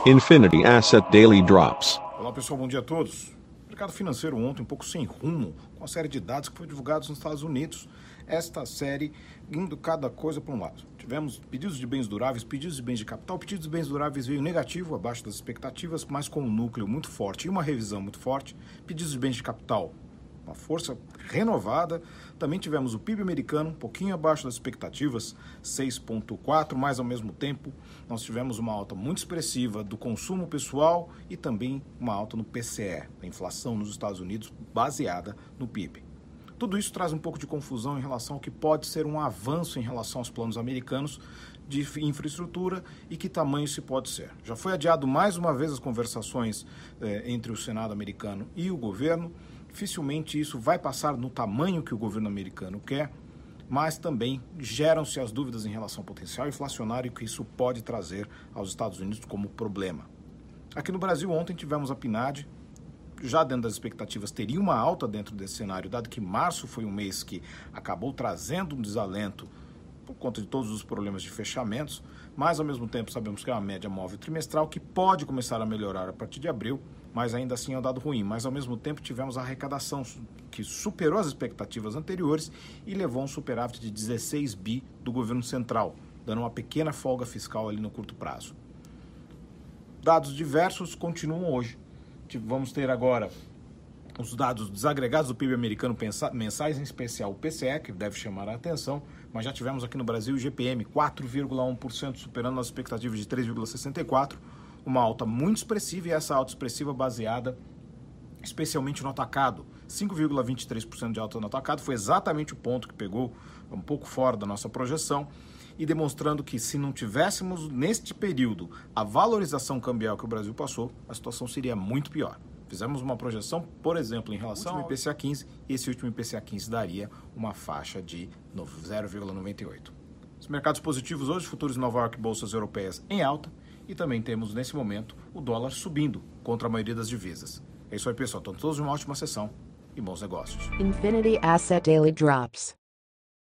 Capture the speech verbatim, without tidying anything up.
Infinity Asset Daily Drops. Olá pessoal, bom dia a todos. O mercado financeiro ontem um pouco sem rumo, com uma série de dados que foram divulgados nos Estados Unidos. Esta série indo cada coisa para um lado. Tivemos pedidos de bens duráveis, pedidos de bens de capital. Pedidos de bens duráveis veio negativo, abaixo das expectativas, mas com um núcleo muito forte e uma revisão muito forte. Pedidos de bens de capital, uma força renovada. Também tivemos o P I B americano, um pouquinho abaixo das expectativas, seis vírgula quatro, mas ao mesmo tempo nós tivemos uma alta muito expressiva do consumo pessoal e também uma alta no P C E, a inflação nos Estados Unidos baseada no P I B. Tudo isso traz um pouco de confusão em relação ao que pode ser um avanço em relação aos planos americanos de infraestrutura e que tamanho se pode ser. Já foi adiado mais uma vez as conversações eh, entre o Senado americano e o governo. Dificilmente isso vai passar no tamanho que o governo americano quer, mas também geram-se as dúvidas em relação ao potencial inflacionário que isso pode trazer aos Estados Unidos como problema. Aqui no Brasil ontem tivemos a P N A D, já dentro das expectativas teria uma alta dentro desse cenário, dado que março foi um mês que acabou trazendo um desalento por conta de todos os problemas de fechamentos, mas ao mesmo tempo sabemos que é uma média móvel trimestral que pode começar a melhorar a partir de abril, mas ainda assim é um dado ruim. Mas ao mesmo tempo tivemos a arrecadação que superou as expectativas anteriores e levou a um superávit de dezesseis bi do governo central, dando uma pequena folga fiscal ali no curto prazo. Dados diversos continuam hoje. Vamos ter agora os dados desagregados do P I B americano mensais, em especial o P C E, que deve chamar a atenção, mas já tivemos aqui no Brasil o G P M, quatro vírgula um por cento, superando as expectativas de três vírgula sessenta e quatro por cento, uma alta muito expressiva, e essa alta expressiva baseada especialmente no atacado. cinco vírgula vinte e três por cento de alta no atacado foi exatamente o ponto que pegou um pouco fora da nossa projeção, e demonstrando que se não tivéssemos neste período a valorização cambial que o Brasil passou, a situação seria muito pior. Fizemos uma projeção, por exemplo, em relação ao I P C A quinze, e esse último I P C A quinze daria uma faixa de zero vírgula noventa e oito. Os mercados positivos hoje, futuros de Nova York, bolsas europeias em alta, e também temos nesse momento o dólar subindo contra a maioria das divisas. É isso aí, pessoal. Então, todos uma ótima sessão e bons negócios. Infinity Asset Daily Drops.